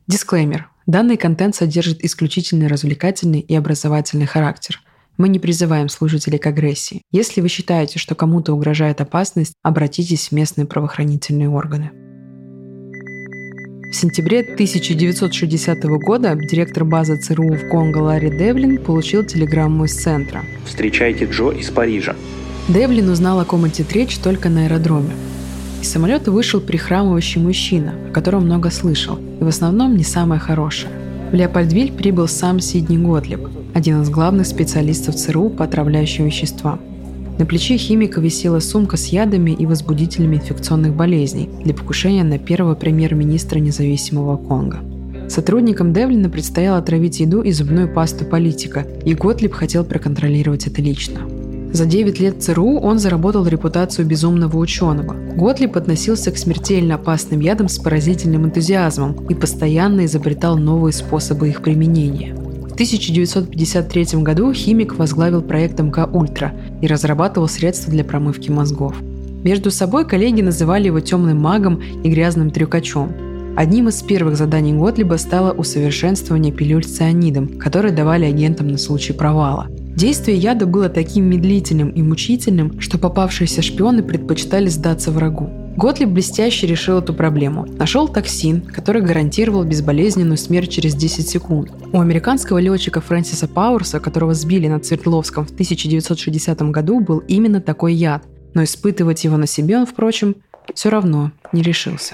Дисклеймер. Данный контент содержит исключительно развлекательный и образовательный характер. Мы не призываем слушателей к агрессии. Если вы считаете, что кому-то угрожает опасность, обратитесь в местные правоохранительные органы. В сентябре 1960 года директор базы ЦРУ в Конго Ларри Девлин получил телеграмму из центра. «Встречайте Джо из Парижа». Девлин узнал, о ком идет речь, только на аэродроме. Из самолета вышел прихрамывающий мужчина, о котором много слышал, и в основном не самое хорошее. В Леопольдвиль прибыл сам Сидни Готлиб, один из главных специалистов ЦРУ по отравляющим веществам. На плече химика висела сумка с ядами и возбудителями инфекционных болезней для покушения на первого премьер-министра независимого Конго. Сотрудникам Девлина предстояло отравить еду и зубную пасту политика, и Готлиб хотел проконтролировать это лично. За 9 лет ЦРУ он заработал репутацию безумного ученого. Готлиб относился к смертельно опасным ядам с поразительным энтузиазмом и постоянно изобретал новые способы их применения. В 1953 году химик возглавил проект МК-Ультра и разрабатывал средства для промывки мозгов. Между собой коллеги называли его темным магом и грязным трюкачом. Одним из первых заданий Готлиба стало усовершенствование пилюль с цианидом, которые давали агентам на случай провала. Действие яда было таким медлительным и мучительным, что попавшиеся шпионы предпочитали сдаться врагу. Готлиб блестяще решил эту проблему. Нашел токсин, который гарантировал безболезненную смерть через 10 секунд. У американского летчика Фрэнсиса Пауэрса, которого сбили над Свердловском в 1960 году, был именно такой яд. Но испытывать его на себе он, впрочем, все равно не решился.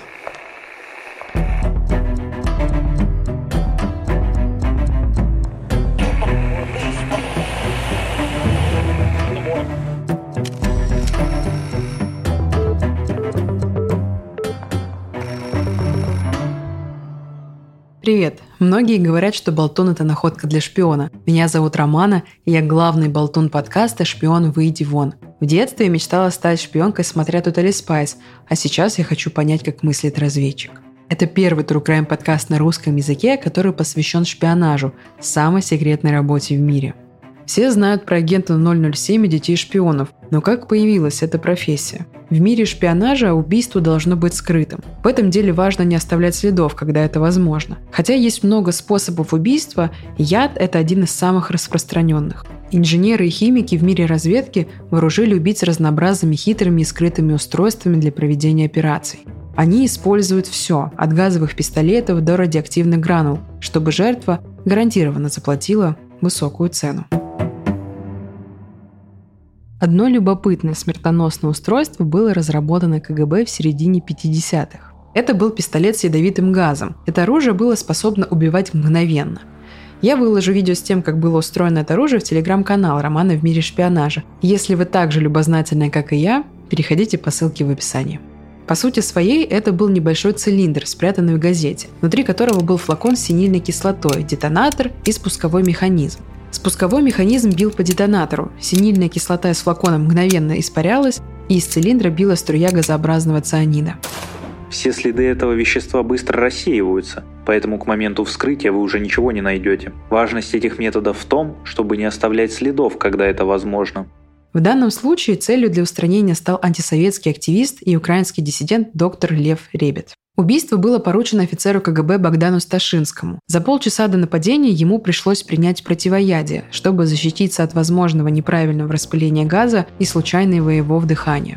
Привет! Многие говорят, что болтун – это находка для шпиона. Меня зовут Романа, и я главный болтун подкаста «Шпион, выйди вон». В детстве я мечтала стать шпионкой, смотря Totally Spies, а сейчас я хочу понять, как мыслит разведчик. Это первый True Crime подкаст на русском языке, который посвящен шпионажу, самой секретной работе в мире. Все знают про агента 007 и детей шпионов, но как появилась эта профессия? В мире шпионажа убийство должно быть скрытым. В этом деле важно не оставлять следов, когда это возможно. Хотя есть много способов убийства, яд – это один из самых распространенных. Инженеры и химики в мире разведки вооружили убийц разнообразными хитрыми и скрытыми устройствами для проведения операций. Они используют все, от газовых пистолетов до радиоактивных гранул, чтобы жертва гарантированно заплатила высокую цену. Одно любопытное смертоносное устройство было разработано КГБ в середине 50-х. Это был пистолет с ядовитым газом. Это оружие было способно убивать мгновенно. Я выложу видео с тем, как было устроено это оружие, в телеграм-канал «Романы в мире шпионажа». Если вы так же любознательны, как и я, переходите по ссылке в описании. По сути своей, это был небольшой цилиндр, спрятанный в газете, внутри которого был флакон с синильной кислотой, детонатор и спусковой механизм. Спусковой механизм бил по детонатору, синильная кислота из флакона мгновенно испарялась, и из цилиндра била струя газообразного цианида. Все следы этого вещества быстро рассеиваются, поэтому к моменту вскрытия вы уже ничего не найдете. Важность этих методов в том, чтобы не оставлять следов, когда это возможно. В данном случае целью для устранения стал антисоветский активист и украинский диссидент доктор Лев Ребет. Убийство было поручено офицеру КГБ Богдану Сташинскому. За полчаса до нападения ему пришлось принять противоядие, чтобы защититься от возможного неправильного распыления газа и случайного его вдыхания.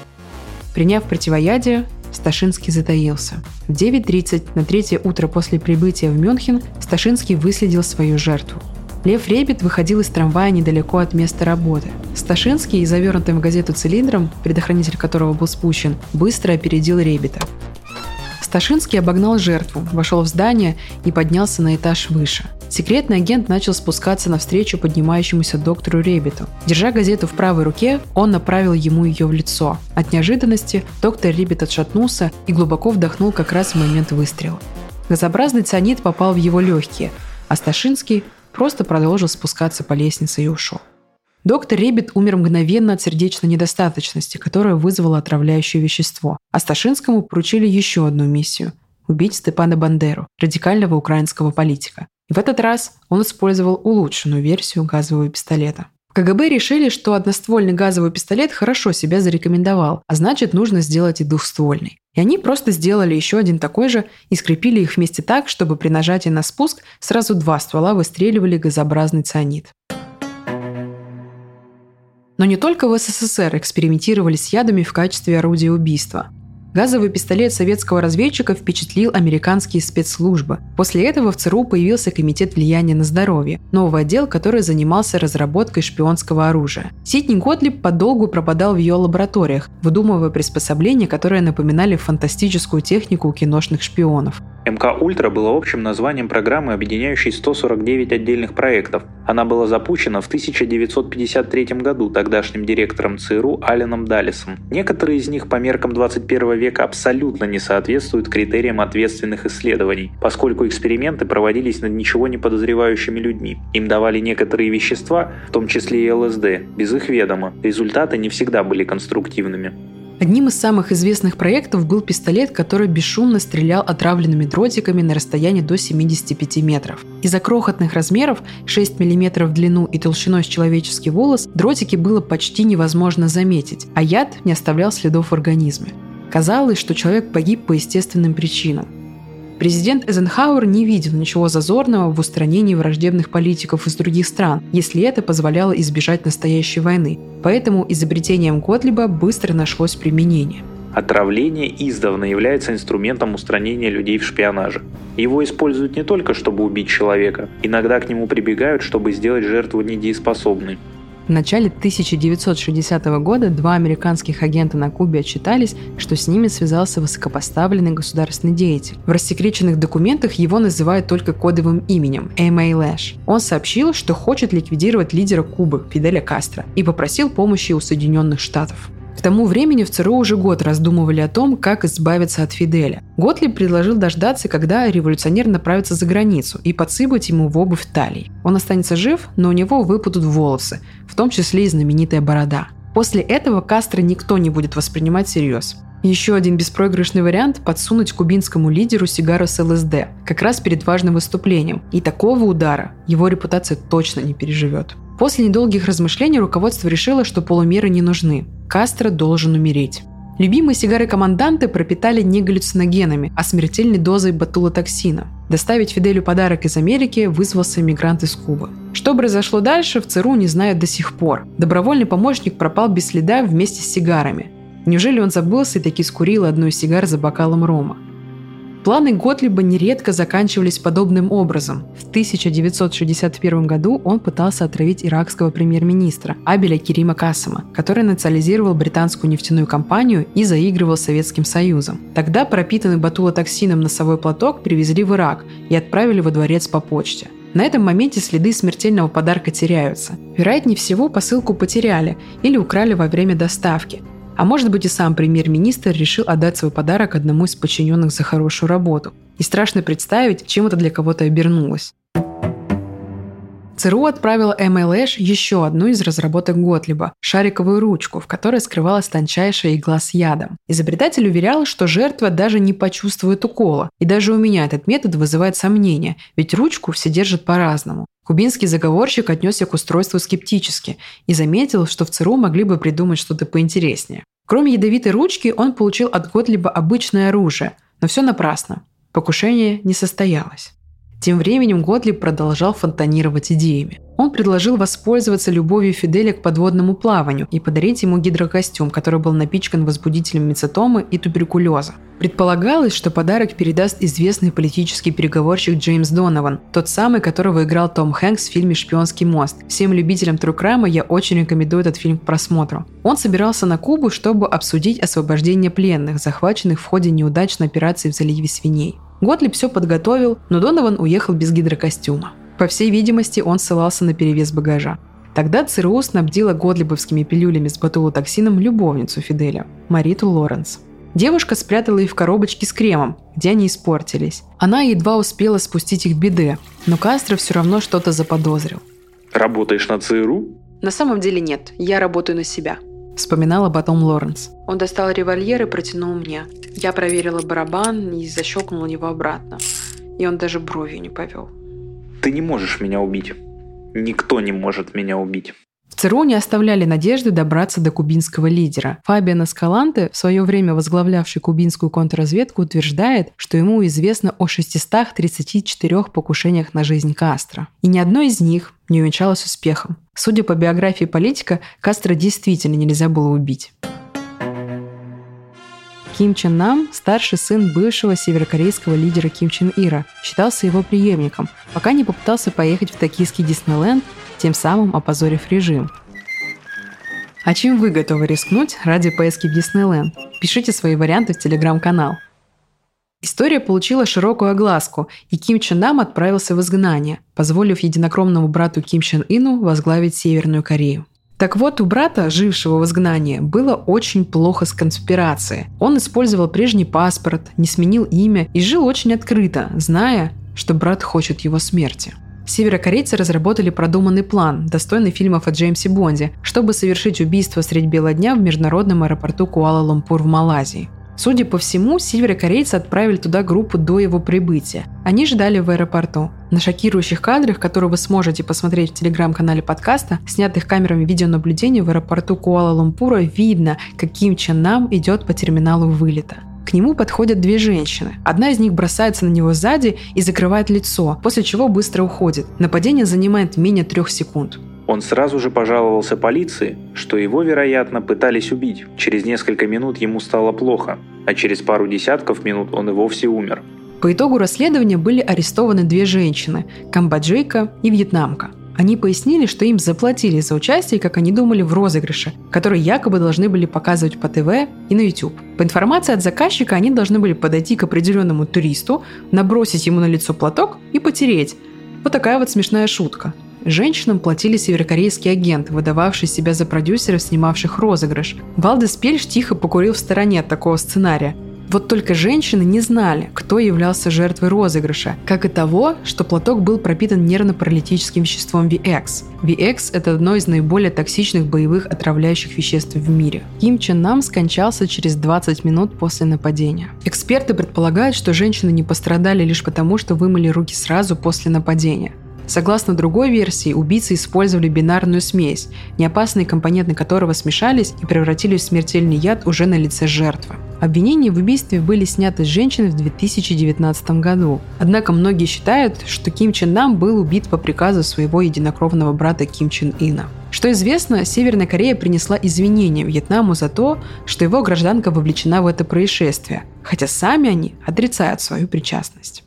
Приняв противоядие, Сташинский затаился. В 9:30 на третье утро после прибытия в Мюнхен Сташинский выследил свою жертву. Лев Ребет выходил из трамвая недалеко от места работы. Сташинский, завернутым в газету цилиндром, предохранитель которого был спущен, быстро опередил Ребета. Сташинский обогнал жертву, вошел в здание и поднялся на этаж выше. Секретный агент начал спускаться навстречу поднимающемуся доктору Ребету. Держа газету в правой руке, он направил ему ее в лицо. От неожиданности доктор Ребет отшатнулся и глубоко вдохнул как раз в момент выстрела. Газообразный цианид попал в его легкие, а Сташинский просто продолжил спускаться по лестнице и ушел. Доктор Ребет умер мгновенно от сердечной недостаточности, которая вызвала отравляющее вещество. А Сташинскому поручили еще одну миссию – убить Степана Бандеру, радикального украинского политика. И в этот раз он использовал улучшенную версию газового пистолета. КГБ решили, что одноствольный газовый пистолет хорошо себя зарекомендовал, а значит, нужно сделать и двухствольный. И они просто сделали еще один такой же и скрепили их вместе так, чтобы при нажатии на спуск сразу 2 ствола выстреливали газообразный цианид. Но не только в СССР экспериментировали с ядами в качестве орудия убийства. Газовый пистолет советского разведчика впечатлил американские спецслужбы. После этого в ЦРУ появился Комитет влияния на здоровье, новый отдел, который занимался разработкой шпионского оружия. Сидни Готлиб подолгу пропадал в ее лабораториях, выдумывая приспособления, которые напоминали фантастическую технику у киношных шпионов. МК-Ультра было общим названием программы, объединяющей 149 отдельных проектов. Она была запущена в 1953 году тогдашним директором ЦРУ Алленом Даллесом. Некоторые из них по меркам 21 века абсолютно не соответствуют критериям ответственных исследований, поскольку эксперименты проводились над ничего не подозревающими людьми. Им давали некоторые вещества, в том числе и ЛСД, без их ведома. Результаты не всегда были конструктивными. Одним из самых известных проектов был пистолет, который бесшумно стрелял отравленными дротиками на расстоянии до 75 метров. Из-за крохотных размеров, 6 мм в длину и толщиной с человеческий волос, дротики было почти невозможно заметить, а яд не оставлял следов в организме. Казалось, что человек погиб по естественным причинам. Президент Эйзенхауэр не видел ничего зазорного в устранении враждебных политиков из других стран, если это позволяло избежать настоящей войны. Поэтому изобретением Готлиба быстро нашлось применение. Отравление издавна является инструментом устранения людей в шпионаже. Его используют не только, чтобы убить человека, иногда к нему прибегают, чтобы сделать жертву недееспособной. В начале 1960 года 2 американских агента на Кубе отчитались, что с ними связался высокопоставленный государственный деятель. В рассекреченных документах его называют только кодовым именем – Эмей Лэш. Он сообщил, что хочет ликвидировать лидера Кубы Фиделя Кастро и попросил помощи у Соединенных Штатов. К тому времени в ЦРУ уже год раздумывали о том, как избавиться от Фиделя. Готлиб предложил дождаться, когда революционер направится за границу, и подсыпать ему в обувь талии. Он останется жив, но у него выпадут волосы, в том числе и знаменитая борода. После этого Кастро никто не будет воспринимать всерьез. Еще один беспроигрышный вариант – подсунуть кубинскому лидеру сигару с ЛСД, как раз перед важным выступлением. И такого удара его репутация точно не переживет. После недолгих размышлений руководство решило, что полумеры не нужны. Кастро должен умереть. Любимые сигары команданты пропитали не галлюциногенами, а смертельной дозой ботулотоксина. Доставить Фиделю подарок из Америки вызвался иммигрант из Кубы. Что произошло дальше, в ЦРУ не знают до сих пор. Добровольный помощник пропал без следа вместе с сигарами. Неужели он забылся и таки скурил одну из сигар за бокалом рома? Планы Готлиба нередко заканчивались подобным образом. В 1961 году он пытался отравить иракского премьер-министра Абеля Керима Кассема, который национализировал британскую нефтяную компанию и заигрывал с Советским Союзом. Тогда пропитанный ботулотоксином носовой платок привезли в Ирак и отправили во дворец по почте. На этом моменте следы смертельного подарка теряются. Вероятнее всего, посылку потеряли или украли во время доставки. А может быть и сам премьер-министр решил отдать свой подарок одному из подчиненных за хорошую работу. И страшно представить, чем это для кого-то обернулось. ЦРУ отправила Эмей Лэш еще одну из разработок Готлиба – шариковую ручку, в которой скрывалась тончайшая игла с ядом. Изобретатель уверял, что жертва даже не почувствует укола. И даже у меня этот метод вызывает сомнения, ведь ручку все держат по-разному. Кубинский заговорщик отнесся к устройству скептически и заметил, что в ЦРУ могли бы придумать что-то поинтереснее. Кроме ядовитой ручки, он получил от Готлиба обычное оружие, но все напрасно. Покушение не состоялось. Тем временем Готлиб продолжал фонтанировать идеями. Он предложил воспользоваться любовью Фиделя к подводному плаванию и подарить ему гидрокостюм, который был напичкан возбудителем мицетомы и туберкулеза. Предполагалось, что подарок передаст известный политический переговорщик Джеймс Донован, тот самый, которого играл Том Хэнкс в фильме «Шпионский мост». Всем любителям True Crime я очень рекомендую этот фильм к просмотру. Он собирался на Кубу, чтобы обсудить освобождение пленных, захваченных в ходе неудачной операции в заливе Свиней. Готлиб все подготовил, но Донован уехал без гидрокостюма. По всей видимости, он ссылался на перевес багажа. Тогда ЦРУ снабдила готлибовскими пилюлями с ботулотоксином любовницу Фиделя, Мариту Лоренс. Девушка спрятала их в коробочке с кремом, где они испортились. Она едва успела спустить их в биде, но Кастро все равно что-то заподозрил. «Работаешь на ЦРУ?» «На самом деле нет, я работаю на себя», – вспоминала потом Лоренс. Он достал револьвер и протянул мне. Я проверила барабан и защелкнула его обратно. И он даже бровью не повел. «Ты не можешь меня убить. Никто не может меня убить». В ЦРУ не оставляли надежды добраться до кубинского лидера. Фабиан Эскаланте, в свое время возглавлявший кубинскую контрразведку, утверждает, что ему известно о 634 покушениях на жизнь Кастро. И ни одно из них не увенчалось успехом. Судя по биографии политика, Кастро действительно нельзя было убить. Ким Чен Нам, старший сын бывшего северокорейского лидера Ким Чен Ира, считался его преемником, пока не попытался поехать в токийский Диснейленд, тем самым опозорив режим. А чем вы готовы рискнуть ради поездки в Диснейленд? Пишите свои варианты в телеграм-канал. История получила широкую огласку, и Ким Чен Нам отправился в изгнание, позволив единокровному брату Ким Чен Ину возглавить Северную Корею. Так вот, у брата, жившего в изгнании, было очень плохо с конспирацией. Он использовал прежний паспорт, не сменил имя и жил очень открыто, зная, что брат хочет его смерти. Северокорейцы разработали продуманный план, достойный фильмов о Джеймсе Бонде, чтобы совершить убийство средь бела дня в международном аэропорту Куала-Лумпур в Малайзии. Судя по всему, северокорейцы отправили туда группу до его прибытия. Они ждали в аэропорту. На шокирующих кадрах, которые вы сможете посмотреть в телеграм-канале подкаста, снятых камерами видеонаблюдения в аэропорту Куала-Лумпура, видно, как Ким Чен Нам идет по терминалу вылета. К нему подходят две женщины. Одна из них бросается на него сзади и закрывает лицо, после чего быстро уходит. Нападение занимает менее 3 секунд. Он сразу же пожаловался полиции, что его, вероятно, пытались убить. Через несколько минут ему стало плохо, а через пару десятков минут он и вовсе умер. По итогу расследования были арестованы 2 женщины – камбоджийка и вьетнамка. Они пояснили, что им заплатили за участие, как они думали, в розыгрыше, который якобы должны были показывать по ТВ и на YouTube. По информации от заказчика, они должны были подойти к определенному туристу, набросить ему на лицо платок и потереть. Вот такая вот смешная шутка. Женщинам платили северокорейские агенты, выдававшие себя за продюсеров, снимавших розыгрыш. Валдес Пельш тихо покурил в стороне от такого сценария. Вот только женщины не знали, кто являлся жертвой розыгрыша, как и того, что платок был пропитан нервно-паралитическим веществом VX. VX – это одно из наиболее токсичных боевых отравляющих веществ в мире. Ким Чен Нам скончался через 20 минут после нападения. Эксперты предполагают, что женщины не пострадали лишь потому, что вымыли руки сразу после нападения. Согласно другой версии, убийцы использовали бинарную смесь, неопасные компоненты которого смешались и превратились в смертельный яд уже на лице жертвы. Обвинения в убийстве были сняты с женщины в 2019 году. Однако многие считают, что Ким Чен Нам был убит по приказу своего единокровного брата Ким Чен Ина. Что известно, Северная Корея принесла извинения Вьетнаму за то, что его гражданка вовлечена в это происшествие, хотя сами они отрицают свою причастность.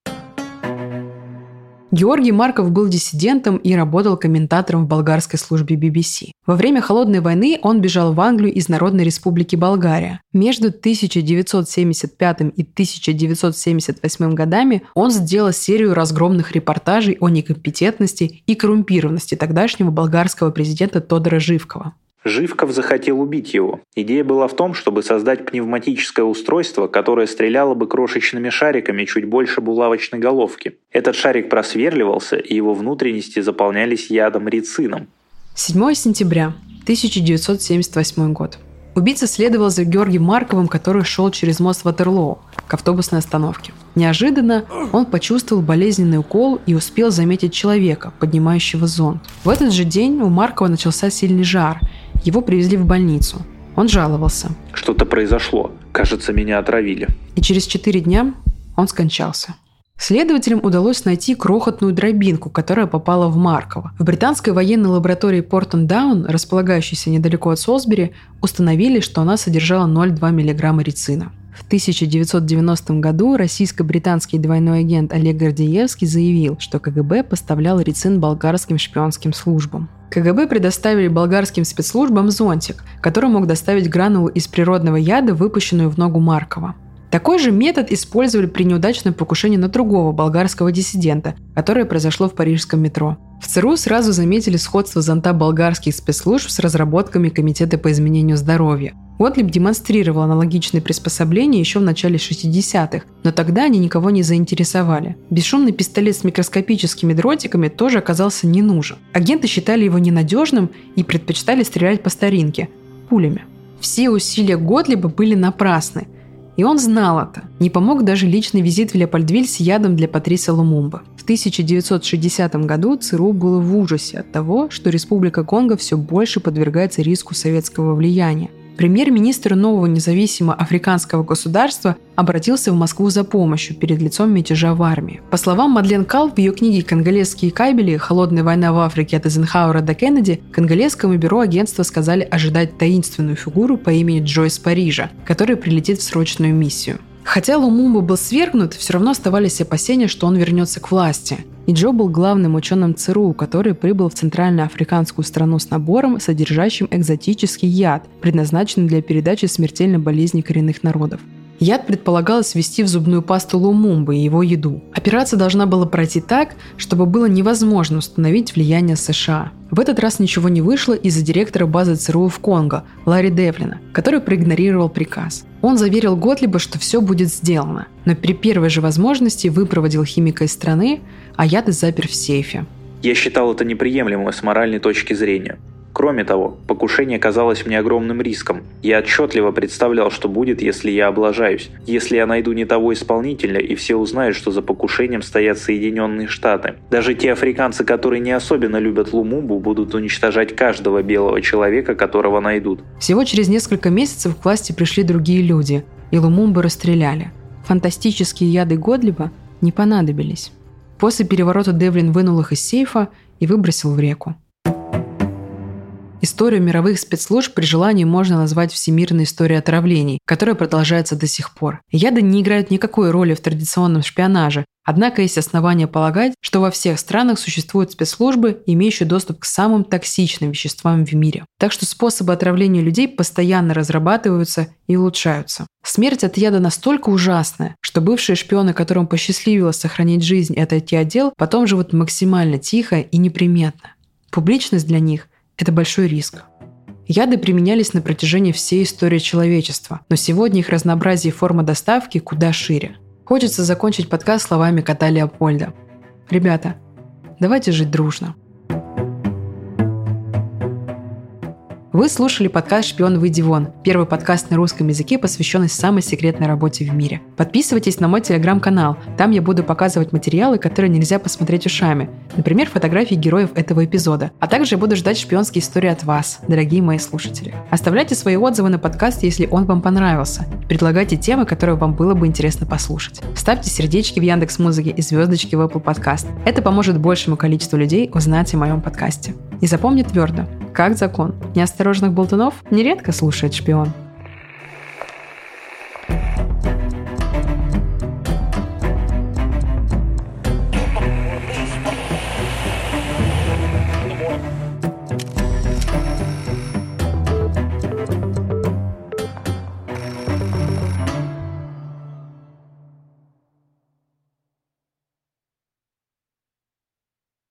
Георгий Марков был диссидентом и работал комментатором в болгарской службе BBC. Во время Холодной войны он бежал в Англию из Народной Республики Болгария. Между 1975 и 1978 годами он сделал серию разгромных репортажей о некомпетентности и коррумпированности тогдашнего болгарского президента Тодора Живкова. Живков захотел убить его. Идея была в том, чтобы создать пневматическое устройство, которое стреляло бы крошечными шариками чуть больше булавочной головки. Этот шарик просверливался, и его внутренности заполнялись ядом рицином. 7 сентября 1978 год. Убийца следовал за Георгием Марковым, который шел через мост Ватерлоо к автобусной остановке. Неожиданно он почувствовал болезненный укол и успел заметить человека, поднимающего зонт. В этот же день у Маркова начался сильный жар. Его привезли в больницу. Он жаловался. Что-то произошло. Кажется, меня отравили. И через 4 дня он скончался. Следователям удалось найти крохотную дробинку, которая попала в Маркова. В британской военной лаборатории Портон-Даун, располагающейся недалеко от Солсбери, установили, что она содержала 0,2 мг рицина. В 1990 году российско-британский двойной агент Олег Гордеевский заявил, что КГБ поставлял рицин болгарским шпионским службам. КГБ предоставили болгарским спецслужбам зонтик, который мог доставить гранулу из природного яда, выпущенную в ногу Маркова. Такой же метод использовали при неудачном покушении на другого болгарского диссидента, которое произошло в парижском метро. В ЦРУ сразу заметили сходство зонта болгарских спецслужб с разработками Комитета по изменению здоровья. Готлиб демонстрировал аналогичные приспособления еще в начале 60-х, но тогда они никого не заинтересовали. Бесшумный пистолет с микроскопическими дротиками тоже оказался не нужен. Агенты считали его ненадежным и предпочитали стрелять по старинке – пулями. Все усилия Готлиба были напрасны. И он знал это. Не помог даже личный визит в Леопольдвиль с ядом для Патриса Лумумбы. В 1960 году ЦРУ было в ужасе от того, что Республика Конго все больше подвергается риску советского влияния. Премьер-министр нового независимого африканского государства обратился в Москву за помощью перед лицом мятежа в армии. По словам Мадлен Калл в ее книге «Конголезские кабели. Холодная война в Африке от Эйзенхауэра до Кеннеди», конголезскому бюро агентства сказали ожидать таинственную фигуру по имени Джойс Парижа, который прилетит в срочную миссию. Хотя Лумумба был свергнут, все равно оставались опасения, что он вернется к власти. И Джо был главным ученым ЦРУ, который прибыл в центральноафриканскую страну с набором, содержащим экзотический яд, предназначенный для передачи смертельной болезни коренных народов. Яд предполагалось ввести в зубную пасту Лумумбы и его еду. Операция должна была пройти так, чтобы было невозможно установить влияние США. В этот раз ничего не вышло из-за директора базы ЦРУ в Конго, Ларри Девлина, который проигнорировал приказ. Он заверил Готлиба, что все будет сделано, но при первой же возможности выпроводил химика из страны, а яд запер в сейфе. Я считал это неприемлемым с моральной точки зрения. Кроме того, покушение казалось мне огромным риском. Я отчетливо представлял, что будет, если я облажаюсь. Если я найду не того исполнителя, и все узнают, что за покушением стоят Соединенные Штаты. Даже те африканцы, которые не особенно любят Лумумбу, будут уничтожать каждого белого человека, которого найдут. Всего через несколько месяцев к власти пришли другие люди, и Лумумбу расстреляли. Фантастические яды Готлиба не понадобились. После переворота Девлин вынул их из сейфа и выбросил в реку. Историю мировых спецслужб при желании можно назвать всемирной историей отравлений, которая продолжается до сих пор. Яды не играют никакой роли в традиционном шпионаже, однако есть основания полагать, что во всех странах существуют спецслужбы, имеющие доступ к самым токсичным веществам в мире. Так что способы отравления людей постоянно разрабатываются и улучшаются. Смерть от яда настолько ужасная, что бывшие шпионы, которым посчастливилось сохранить жизнь и отойти от дел, потом живут максимально тихо и неприметно. Публичность для них – это большой риск. Яды применялись на протяжении всей истории человечества, но сегодня их разнообразие и форма доставки куда шире. Хочется закончить подкаст словами кота Леопольда. Ребята, давайте жить дружно. Вы слушали подкаст «Шпион, выйди вон», первый подкаст на русском языке, посвященный самой секретной работе в мире. Подписывайтесь на мой телеграм-канал, там я буду показывать материалы, которые нельзя посмотреть ушами, например, фотографии героев этого эпизода. А также я буду ждать шпионские истории от вас, дорогие мои слушатели. Оставляйте свои отзывы на подкаст, если он вам понравился. Предлагайте темы, которые вам было бы интересно послушать. Ставьте сердечки в Яндекс.Музыке и звездочки в Apple Podcast. Это поможет большему количеству людей узнать о моем подкасте. И запомни твердо, как закон, неосторожных болтунов нередко слушает шпион.